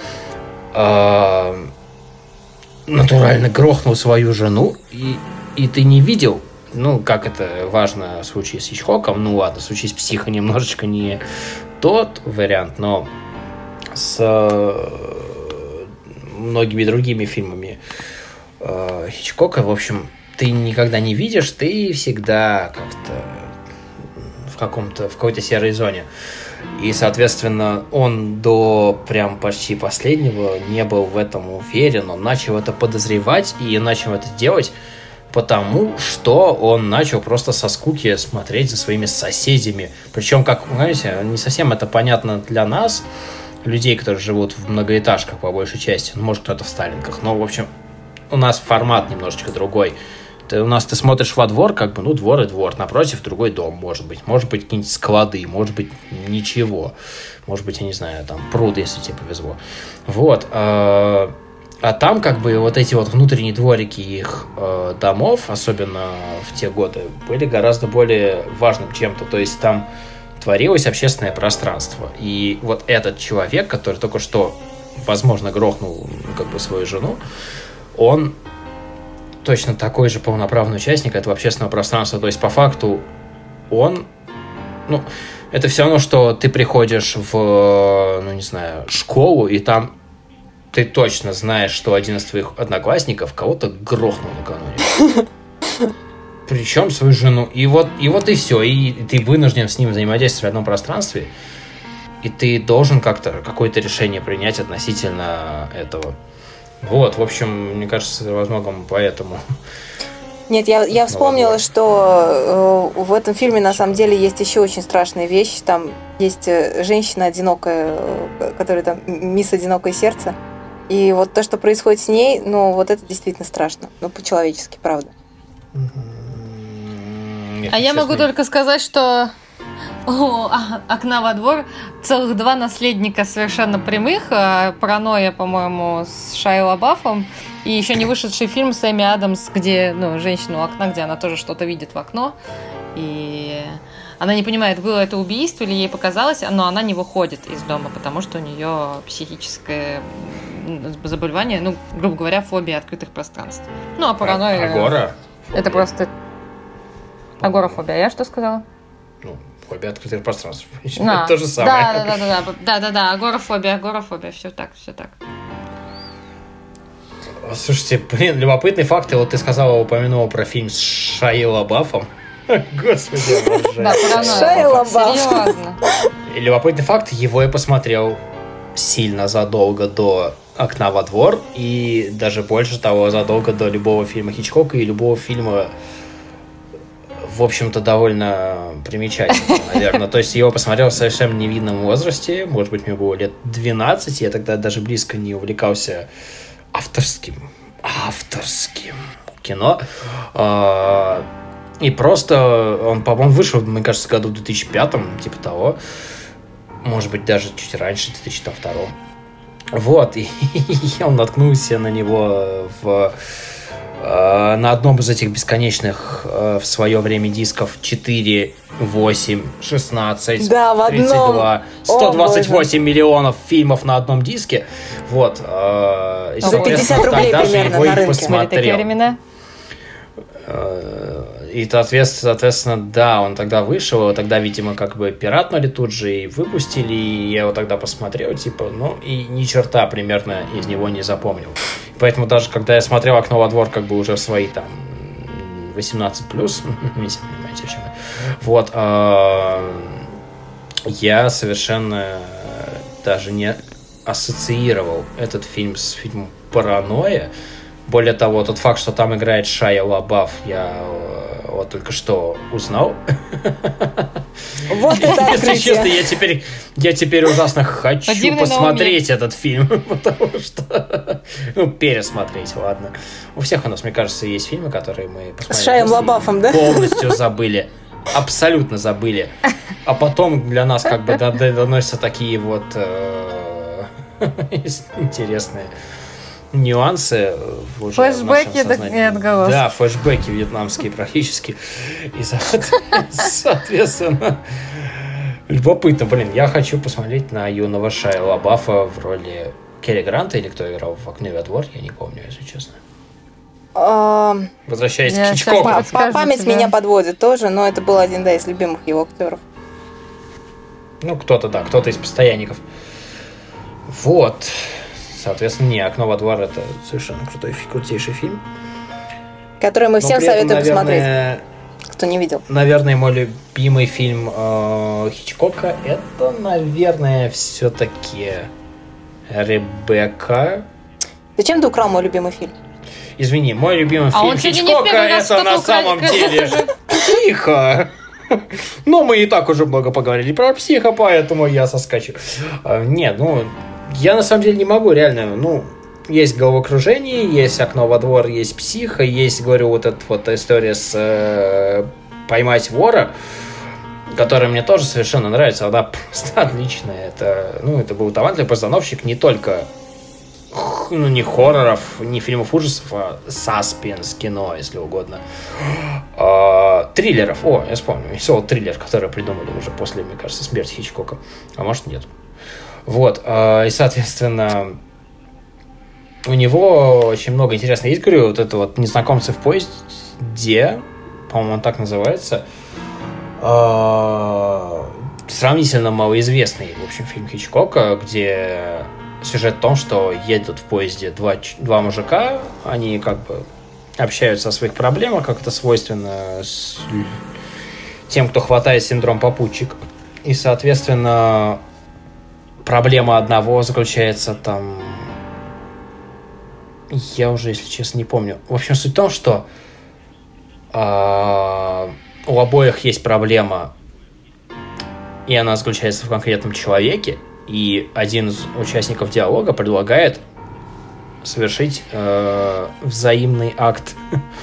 натурально грохнул свою жену, и, и ты не видел, ну, как это важно в случае с Хичкоком, ну ладно, в случае с «Психо» немножечко не тот вариант, но с э, многими другими фильмами э, Хичкока, в общем, ты никогда не видишь, ты всегда как-то в каком-то, в какой-то серой зоне. И, соответственно, он до прям почти последнего не был в этом уверен. Он начал это подозревать и начал это делать, потому что он начал просто со скуки смотреть за своими соседями. Причем, как вы знаете, не совсем это понятно для нас, людей, которые живут в многоэтажках по большей части. Ну, может, кто-то в сталинках. Но, в общем, у нас формат немножечко другой. Ты, у нас ты смотришь во двор, как бы, ну, двор и двор. Напротив другой дом, может быть. Может быть, какие-нибудь склады, может быть, ничего. Может быть, я не знаю, там, пруд, если тебе повезло. Вот. А там, как бы, вот эти вот внутренние дворики их э, домов, особенно в те годы, были гораздо более важным чем-то. То есть там творилось общественное пространство. И вот этот человек, который только что, возможно, грохнул, как бы, свою жену, он точно такой же полноправный участник этого общественного пространства. То есть, по факту, он... Ну, Это все равно, что ты приходишь в, ну не знаю, школу, и там ты точно знаешь, что один из твоих одноклассников кого-то грохнул накануне. Причем свою жену. И вот, и вот и все. И ты вынужден с ним взаимодействовать в одном пространстве. И ты должен как-то какое-то решение принять относительно этого. Вот, в общем, мне кажется, во многом поэтому. Нет, я, я вспомнила, что э, в этом фильме на самом деле есть еще очень страшная вещь. Там есть женщина одинокая, которая там мисс Одинокое сердце. И вот то, что происходит с ней, ну, вот это действительно страшно. Ну, по-человечески, правда. А я могу только сказать, что у «Окна во двор» целых два наследника совершенно прямых. «Паранойя», по-моему, с Шайей Лабафом. И еще не вышедший фильм с Эми Адамс, где, ну, женщина у окна, где она тоже что-то видит в окно. И она не понимает, было это убийство или ей показалось, но она не выходит из дома, потому что у нее психическое заболевание, ну, грубо говоря, фобия открытых пространств. Ну, а паранойя... Агора? Это просто... Агорафобия. А я что сказала? Ну, фобия открытых пространств. А, это то же самое. Да, да, да, да, да, да, да, агорафобия, агорафобия, все так, все так. Слушайте, блин, любопытный факт. И вот ты сказала, упомянула про фильм с Шайей Лабафом. Господи, обожаю. Да, паранойя. Шайя Лабаф. Серьезно. И любопытный факт, его я посмотрел сильно задолго до «Окна во двор», и даже больше того, задолго до любого фильма Хичкока и любого фильма, в общем-то, довольно примечательного, наверное. То есть его посмотрел в совершенно невинном возрасте, может быть, мне было лет двенадцать, я тогда даже близко не увлекался авторским, авторским кино. И просто он, по-моему, вышел, мне кажется, в году в две тысячи пятом, типа того. Может быть, даже чуть раньше, в две тысячи втором. Вот, и я наткнулся на него в, э, на одном из этих бесконечных э, в свое время дисков четыре, восемь, шестнадцать, да, в тридцать два, сто двадцать восемь О, фильмов фильмов на одном диске. Вот. Э, и, за пятьдесят рублей примерно его на и рынке. посмотрел. Были такие времена. И, соответственно, да, он тогда вышел, его тогда, видимо, как бы пиратнули тут же и выпустили, и я его тогда посмотрел, типа, ну, и ни черта примерно из него не запомнил. Поэтому даже когда я смотрел «Окно во двор», как бы уже в свои, там, восемнадцать плюс, если понимаете, о чем я, вот, я совершенно даже не ассоциировал этот фильм с фильмом «Паранойя». Более того, тот факт, что там играет Шайя Лабаф, я вот только что узнал. Вот это Если честно, я теперь, я теперь ужасно хочу Подивный посмотреть этот фильм, потому что... Ну, пересмотреть, ладно. У всех у нас, мне кажется, есть фильмы, которые мы посмотрели. С Шайей Лабафом, да? Полностью забыли. Абсолютно забыли. А потом для нас как бы доносятся такие вот интересные нюансы уже флешбеки, да, не отголоски. Да, флешбеки вьетнамские практически. И, соответственно, любопытно, блин, я хочу посмотреть на юного Шайя Лабафа в роли Керри Гранта, или кто играл в «Окне во двор», я не помню, если честно. Возвращаясь к Хичкоку. Память меня подводит тоже, но это был один, да, из любимых его актеров. Ну, кто-то, да, кто-то из постоянников. Вот. Соответственно, не, «Окно во двор» — это совершенно крутой, крутейший фильм. Который мы всем советуем этом, посмотреть, наверное, кто не видел. Наверное, мой любимый фильм э, Хичкока — это, наверное, все-таки «Ребекка». Зачем ты украл мой любимый фильм? Извини, мой любимый а фильм Хичкока — это на самом деле «Психо». Ну, мы и так уже много поговорили про «Психо», поэтому я соскочу. Нет, ну... Я на самом деле не могу, реально, ну, есть «Головокружение», есть «Окно во двор», есть «Психо», есть, говорю, вот эта вот история с э, «Поймать вора», которая мне тоже совершенно нравится, она просто отличная. Это, ну, это был талантливый постановщик не только, ну, не хорроров, не фильмов ужасов, а саспенс кино, если угодно. А, триллеров. О, я вспомнил, веселый триллер, который придумали уже после, мне кажется, смерти Хичкока. А может, нет. Вот, и, соответственно, у него очень много интересного. Есть, говорю, вот это вот «Незнакомцы в поезде», по-моему, он так называется. сравнительно малоизвестный, в общем, фильм Хичкока, где сюжет в том, что едут в поезде два, два мужика, они как бы общаются о своих проблемах, как это свойственно с тем, кто хватает синдром попутчик. И, соответственно, проблема одного заключается там... Я уже, если честно, не помню. В общем, суть в том, что э, у обоих есть проблема, и она заключается в конкретном человеке, и один из участников диалога предлагает совершить э, взаимный акт.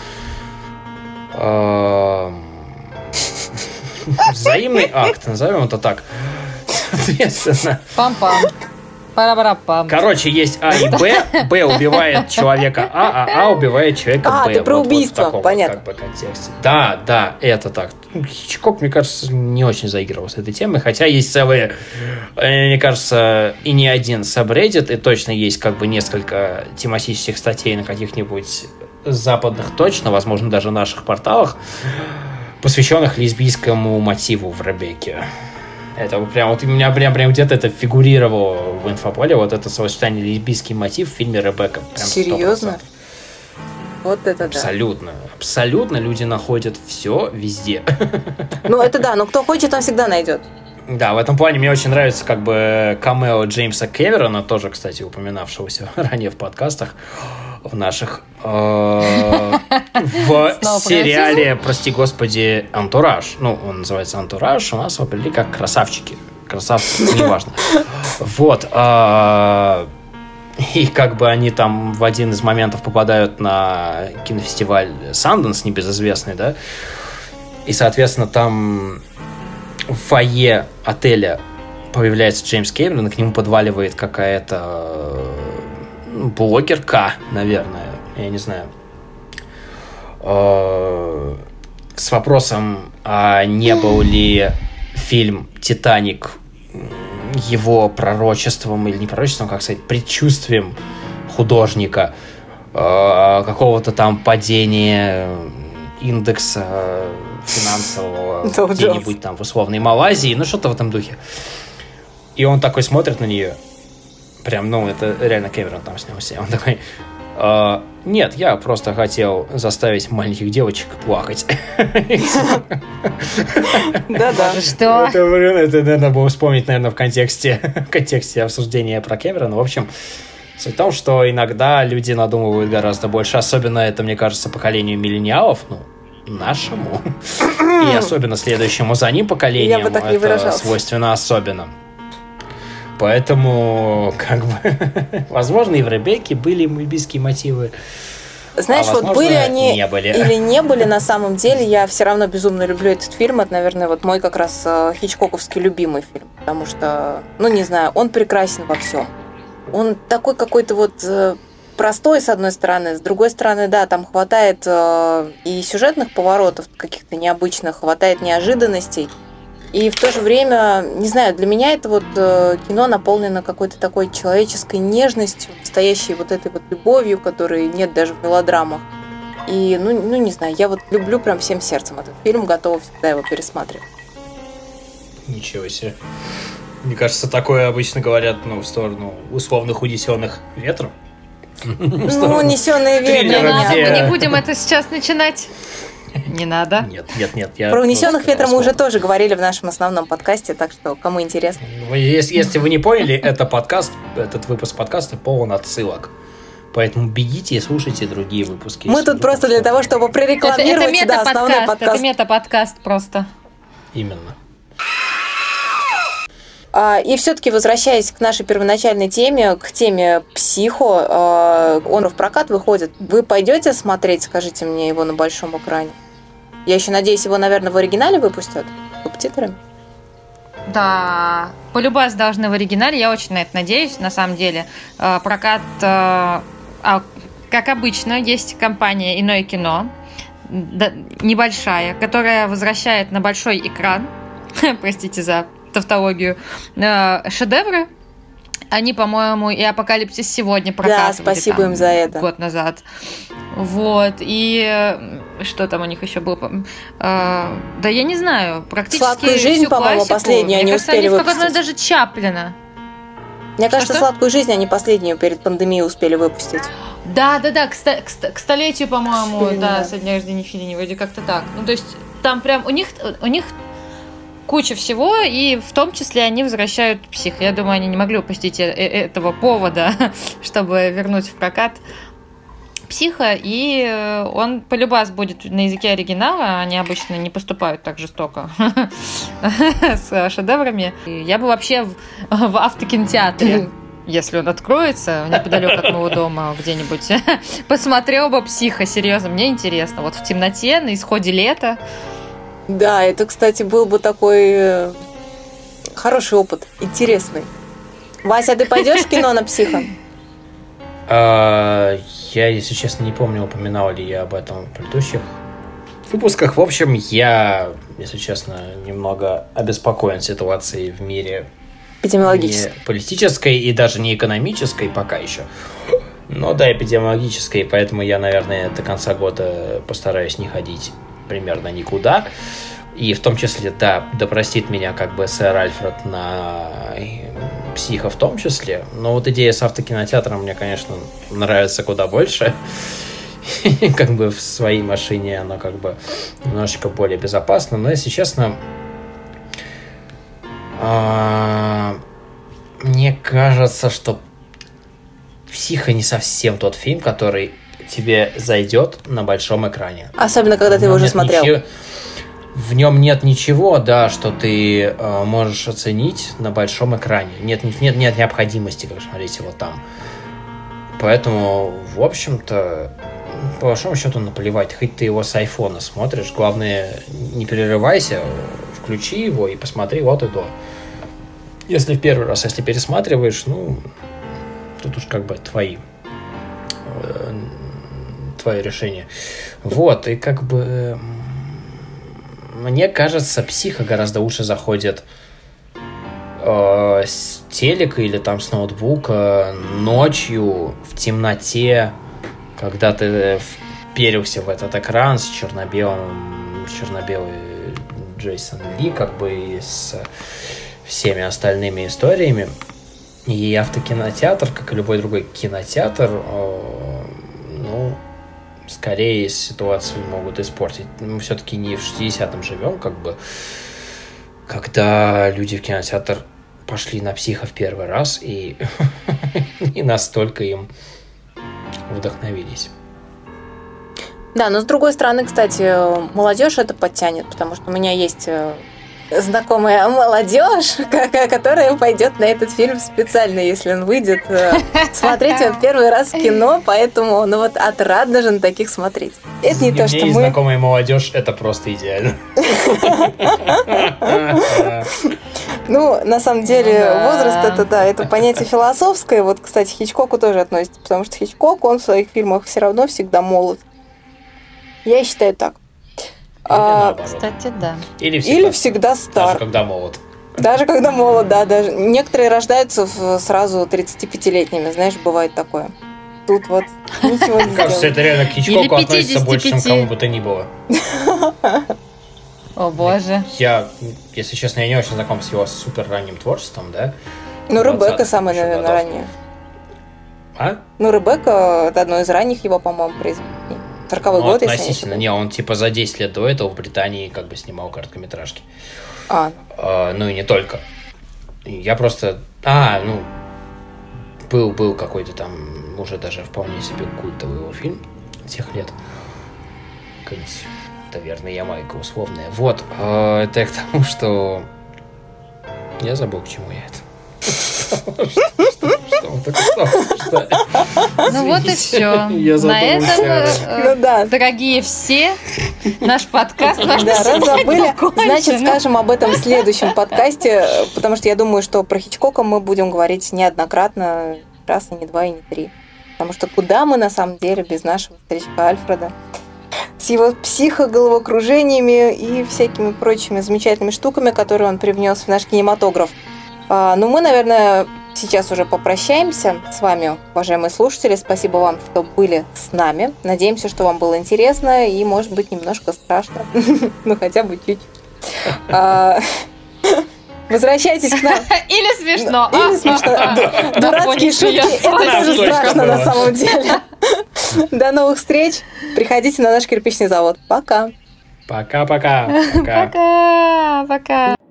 Взаимный акт, назовем это так. Соответственно. Пам-пам. Пара-пара-пам. Короче, есть А и Б. Б убивает человека А, а А убивает человека а, Б. А, ты про вот, убийство, вот в таком, понятно. Как бы, контексте. Да, да, это так. Хичкок, мне кажется, не очень заигрывал с этой темой, хотя есть целые, мне кажется, и не один сабреддит, и точно есть как бы несколько тематических статей на каких-нибудь западных точно, возможно, даже наших порталах, посвященных лесбийскому мотиву в Ребекке. Это прям вот у меня прям, прям где-то это фигурировало в инфополе, вот это сочетание лесбийский мотив в фильме Ребекка. Прям серьезно? Вот это абсолютно, да. Абсолютно люди находят все везде. Ну это да, но кто хочет, он всегда найдет. Да, в этом плане мне очень нравится как бы камео Джеймса Кэмерона, тоже, кстати, упоминавшегося ранее в подкастах, в наших, в сериале, прости господи, «Антураж». Ну, он называется «Антураж», у нас его определили как «Красавчики». Красавцы, неважно. Вот. И как бы они там в один из моментов попадают на кинофестиваль «Санденс», небезызвестный, да, и, соответственно, там в фойе отеля появляется Джеймс Кэмерон, и к нему подваливает какая-то блогерка, наверное, я не знаю, с вопросом, а не был ли фильм «Титаник» его пророчеством, или не пророчеством, как сказать, предчувствием художника какого-то там падения индекса финансового где-нибудь там в условной Малайзии, ну что-то в этом духе. И он такой смотрит на нее, прям, ну, это реально Кэмерон там снялся, он такой: «А, нет, я просто хотел заставить маленьких девочек плакать». Да-да. Что? Это, блин, это надо было вспомнить, наверное, в контексте, в контексте обсуждения про Кэмерона. В общем, суть в том, что иногда люди надумывают гораздо больше, особенно это, мне кажется, поколению миллениалов, ну, нашему, и особенно следующему за ним поколениям, это свойственно особенно. Поэтому, как бы, возможно, и в Ребекке были лесбийские мотивы. Знаешь, а, вот возможно, были они не были. или не были, на самом деле, я все равно безумно люблю этот фильм. Это, наверное, вот мой как раз хичкоковский любимый фильм. Потому что, ну, не знаю, он прекрасен во всем. Он такой какой-то вот простой, с одной стороны. С другой стороны, да, там хватает и сюжетных поворотов каких-то необычных, хватает неожиданностей. И в то же время, не знаю, для меня это вот э, кино наполнено какой-то такой человеческой нежностью, настоящей вот этой вот любовью, которой нет даже в мелодрамах. И, ну, ну, не знаю, я вот люблю прям всем сердцем этот фильм, готова всегда его пересматривать. Ничего себе. Мне кажется, такое обычно говорят, ну, в сторону условных унесенных ветром. Ну, унесенные ветром. Мы не будем это сейчас начинать. Не надо. Нет, нет, нет. Я Про «Унесенных ветром» мы уже тоже говорили в нашем основном подкасте, так что кому интересно. Если, если вы не поняли, это подкаст, этот выпуск подкаста полон отсылок. Поэтому бегите и слушайте другие выпуски. Мы тут просто для того, чтобы прорекламировать это, это да, основной подкаст. Это мета-подкаст просто. Именно. И все-таки, возвращаясь к нашей первоначальной теме, к теме «Психо», он в прокат выходит. Вы пойдете смотреть, скажите мне, его на большом экране? Я еще надеюсь, его, наверное, в оригинале выпустят с субтитрами. Да, полюбас должны в оригинале, я очень на это надеюсь, на самом деле. Прокат, как обычно, есть компания «Иное кино», небольшая, которая возвращает на большой экран, простите за тавтологию, шедевры Они, по-моему, и «Апокалипсис сегодня» прокатывали. Да, спасибо там, им за это. Год назад. Вот. И что там у них еще было? А, да я не знаю. Практически «Сладкую жизнь», всю по-моему, классику. последнюю Мне они кажется, успели они в какой-то выпустить. момент даже Чаплина. Мне кажется, Что-что? «Сладкую жизнь» они последнюю перед пандемией успели выпустить. Да, да, да, к, ста- к ста- к столетию, по-моему, Филини, да, да. со дня рождения Филини, вроде как-то так. Ну, то есть, там прям у них, у них куча всего, и в том числе они возвращают «Псих». Я думаю, они не могли упустить э- э- этого повода, чтобы вернуть в прокат «Психа», и э, он полюбас будет на языке оригинала, они обычно не поступают так жестоко с шедеврами. И я бы вообще в, в автокинотеатре, если он откроется неподалеку от моего дома где-нибудь, посмотрел бы «Психа», серьезно, мне интересно. Вот в темноте, на исходе лета. Да, это, кстати, был бы такой э, хороший опыт, интересный. Вася, ты пойдешь в кино на «Психа»? А, Я, если честно, не помню, упоминал ли я об этом в предыдущих выпусках. В общем, я, если честно, немного обеспокоен ситуацией в мире. Эпидемиологически. Не политической и даже не экономической пока еще. Но да, эпидемиологической, поэтому я, наверное, до конца года постараюсь не ходить примерно никуда. И в том числе, да, да простит меня как бы сэр Альфред на «Психа» в том числе. Но вот идея с автокинотеатром мне, конечно, нравится куда больше. Как бы в своей машине она как бы немножечко более безопасна. Но, если честно, мне кажется, что «Психа» не совсем тот фильм, который тебе зайдет на большом экране. Особенно, когда ты его уже смотрел. Ничего, в нем нет ничего, да, что ты э, можешь оценить на большом экране. Нет, нет, нет необходимости, как смотреть его там. Поэтому, в общем-то, по большому счету наплевать. Хоть ты его с айфона смотришь, главное, не перерывайся, включи его и посмотри вот и до. Если в первый раз, если пересматриваешь, ну, тут уж как бы твои э, твое решение. Вот, и как бы мне кажется, «Психа» гораздо лучше заходит э, с телека или там с ноутбука ночью в темноте, когда ты вперился в этот экран с черно-белым, с черно-белой Джейсон Ли, как бы и с всеми остальными историями. И автокинотеатр, как и любой другой кинотеатр, э, ну, скорее ситуацию могут испортить. Мы все-таки не в шестидесятом живем, как бы, когда люди в кинотеатр пошли на «Психа» в первый раз и не настолько им вдохновились. Да, но с другой стороны, кстати, молодежь это подтянет, потому что у меня есть знакомая молодежь, которая пойдет на этот фильм специально, если он выйдет, смотреть его первый раз в кино, поэтому, ну вот, отрадно же на таких смотреть. Это не то, что мы... знакомая молодежь, это просто идеально. Ну, на самом деле, возраст это, да, это понятие философское. Вот, кстати, Хичкоку тоже относится, потому что Хичкок, он в своих фильмах все равно всегда молод. Я считаю так. А, кстати, да. Или всегда, Или всегда стар. Даже когда молод. Даже когда молод, да. Даже. Некоторые рождаются в, сразу тридцатипятилетними, знаешь, бывает такое. Тут вот ничего не Кажется, сделать. это реально к Хичкоку относится больше, чем кому бы то ни было. О боже. Я, если честно, я не очень знаком с его супер ранним творчеством, да? Ну, Ребекка самая, наверное, ранняя. А? Ну, Ребекка это одно из ранних его, по-моему, произведений. сороковой Ну, год, относительно. если не, он типа за десять лет до этого в Британии как бы снимал короткометражки. А. А, ну и не только. Я просто... А, ну... Был, был какой-то там уже даже вполне себе культовый его фильм тех лет. Какая-нибудь «Таверна Ямайка» условная. Вот. А, это к тому, что... Я забыл, к чему я это. Ну вот и все. На этом, Ну да. дорогие все, наш подкаст ваш Да, раз забыли, закончен. значит, скажем об этом в следующем подкасте, потому что я думаю, что про Хичкока мы будем говорить неоднократно, раз и не два, и не три. Потому что куда мы на самом деле без нашего старичка Альфреда? С его психоголовокружениями и всякими прочими замечательными штуками, которые он привнес в наш кинематограф. Ну, мы, наверное, сейчас уже попрощаемся с вами, уважаемые слушатели. Спасибо вам, что были с нами. Надеемся, что вам было интересно и, может быть, немножко страшно. Ну, хотя бы чуть. Возвращайтесь к нам. Или смешно. Или смешно. Дурацкие шутки. Это тоже страшно на самом деле. До новых встреч. Приходите на наш кирпичный завод. Пока. Пока-пока. Пока. Пока.